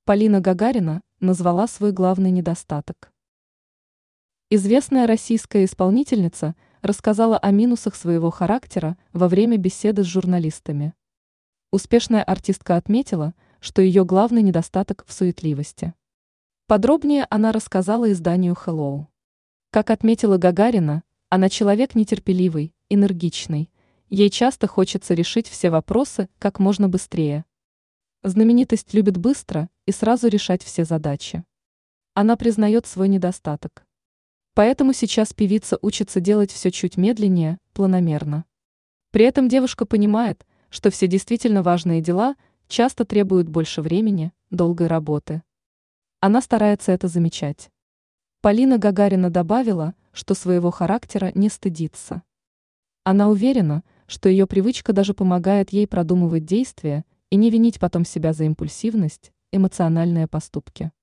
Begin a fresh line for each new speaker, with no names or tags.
Полина Гагарина назвала свой главный недостаток. Известная российская исполнительница рассказала о минусах своего характера во время беседы с журналистами. Успешная артистка отметила, что ее главный недостаток в суетливости. Подробнее она рассказала изданию Hello. Как отметила Гагарина, она человек нетерпеливый, энергичный. Ей часто хочется решить все вопросы как можно быстрее. Знаменитость любит быстро и сразу решать все задачи. Она признает свой недостаток. Поэтому сейчас певица учится делать все чуть медленнее, планомерно. При этом девушка понимает, что все действительно важные дела часто требуют больше времени, долгой работы. Она старается это замечать. Полина Гагарина добавила, что своего характера не стыдится. Она уверена, что ее привычка даже помогает ей продумывать действия и не винить потом себя за импульсивность, эмоциональные поступки.